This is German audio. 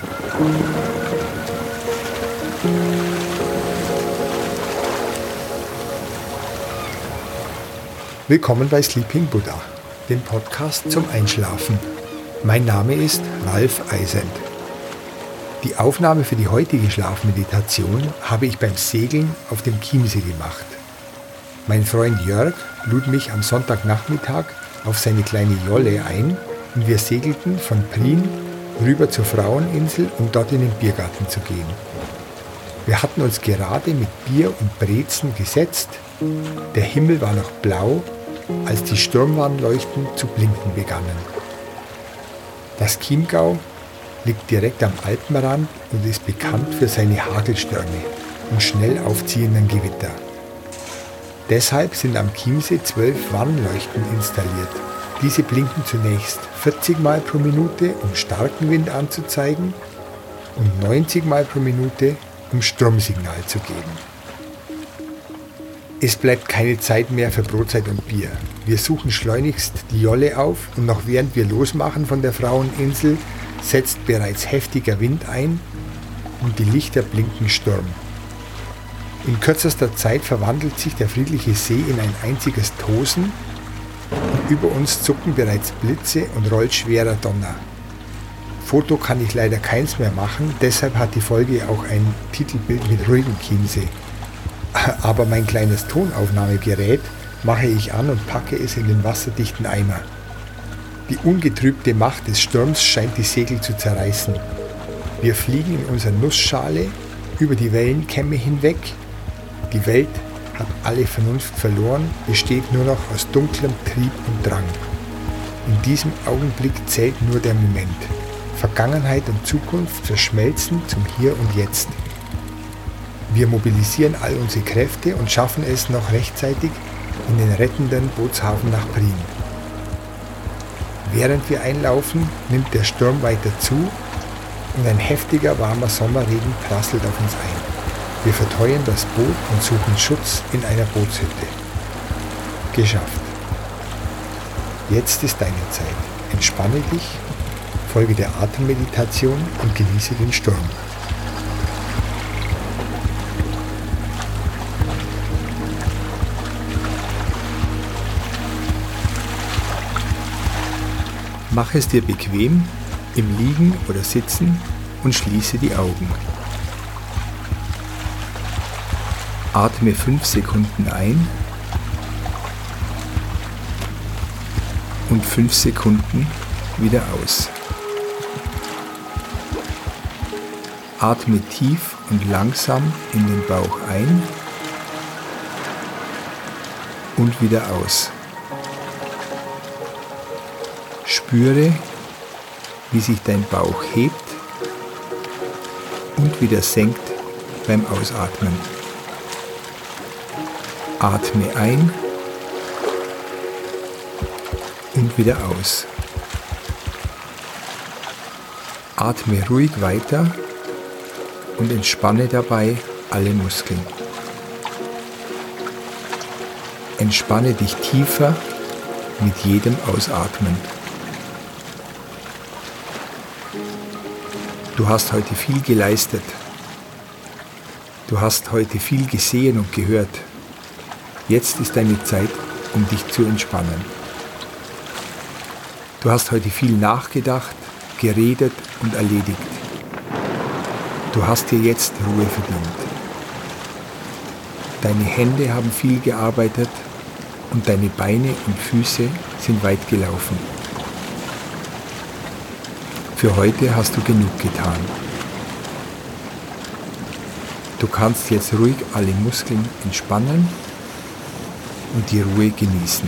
Willkommen bei Sleeping Buddha, dem Podcast zum Einschlafen. Mein Name ist Ralf Eisend. Die Aufnahme für die heutige Schlafmeditation habe ich beim Segeln auf dem Chiemsee gemacht. Mein Freund Jörg lud mich am Sonntagnachmittag auf seine kleine Jolle ein und wir segelten von Prien rüber zur Fraueninsel, um dort in den Biergarten zu gehen. Wir hatten uns gerade mit Bier und Brezen gesetzt. Der Himmel war noch blau, als die Sturmwarnleuchten zu blinken begannen. Das Chiemgau liegt direkt am Alpenrand und ist bekannt für seine Hagelstürme und schnell aufziehenden Gewitter. Deshalb sind am Chiemsee 12 Warnleuchten installiert. Diese blinken zunächst 40 Mal pro Minute, um starken Wind anzuzeigen, und 90 Mal pro Minute, um Sturmsignal zu geben. Es bleibt keine Zeit mehr für Brotzeit und Bier. Wir suchen schleunigst die Jolle auf und noch während wir losmachen von der Fraueninsel, setzt bereits heftiger Wind ein und die Lichter blinken Sturm. In kürzester Zeit verwandelt sich der friedliche See in ein einziges Tosen und über uns zucken bereits Blitze und rollt schwerer Donner. Foto kann ich leider keins mehr machen, deshalb hat die Folge auch ein Titelbild mit ruhigem Chiemsee. Aber mein kleines Tonaufnahmegerät mache ich an und packe es in den wasserdichten Eimer. Die ungetrübte Macht des Sturms scheint die Segel zu zerreißen. Wir fliegen in unserer Nussschale über die Wellenkämme hinweg. Die Welt hat alle Vernunft verloren, besteht nur noch aus dunklem Trieb und Drang. In diesem Augenblick zählt nur der Moment. Vergangenheit und Zukunft verschmelzen zum Hier und Jetzt. Wir mobilisieren all unsere Kräfte und schaffen es noch rechtzeitig in den rettenden Bootshafen nach Prien. Während wir einlaufen, nimmt der Sturm weiter zu und ein heftiger, warmer Sommerregen prasselt auf uns ein. Wir verteuern das Boot und suchen Schutz in einer Bootshütte. Geschafft. Jetzt ist deine Zeit. Entspanne dich, folge der Atemmeditation und genieße den Sturm. Mach es dir bequem, im Liegen oder Sitzen und schließe die Augen. Atme 5 Sekunden ein und 5 Sekunden wieder aus. Atme tief und langsam in den Bauch ein und wieder aus. Spüre, wie sich dein Bauch hebt und wieder senkt beim Ausatmen. Atme ein und wieder aus. Atme ruhig weiter und entspanne dabei alle Muskeln. Entspanne dich tiefer mit jedem Ausatmen. Du hast heute viel geleistet. Du hast heute viel gesehen und gehört. Jetzt ist deine Zeit, um dich zu entspannen. Du hast heute viel nachgedacht, geredet und erledigt. Du hast dir jetzt Ruhe verdient. Deine Hände haben viel gearbeitet und deine Beine und Füße sind weit gelaufen. Für heute hast du genug getan. Du kannst jetzt ruhig alle Muskeln entspannen und die Ruhe genießen.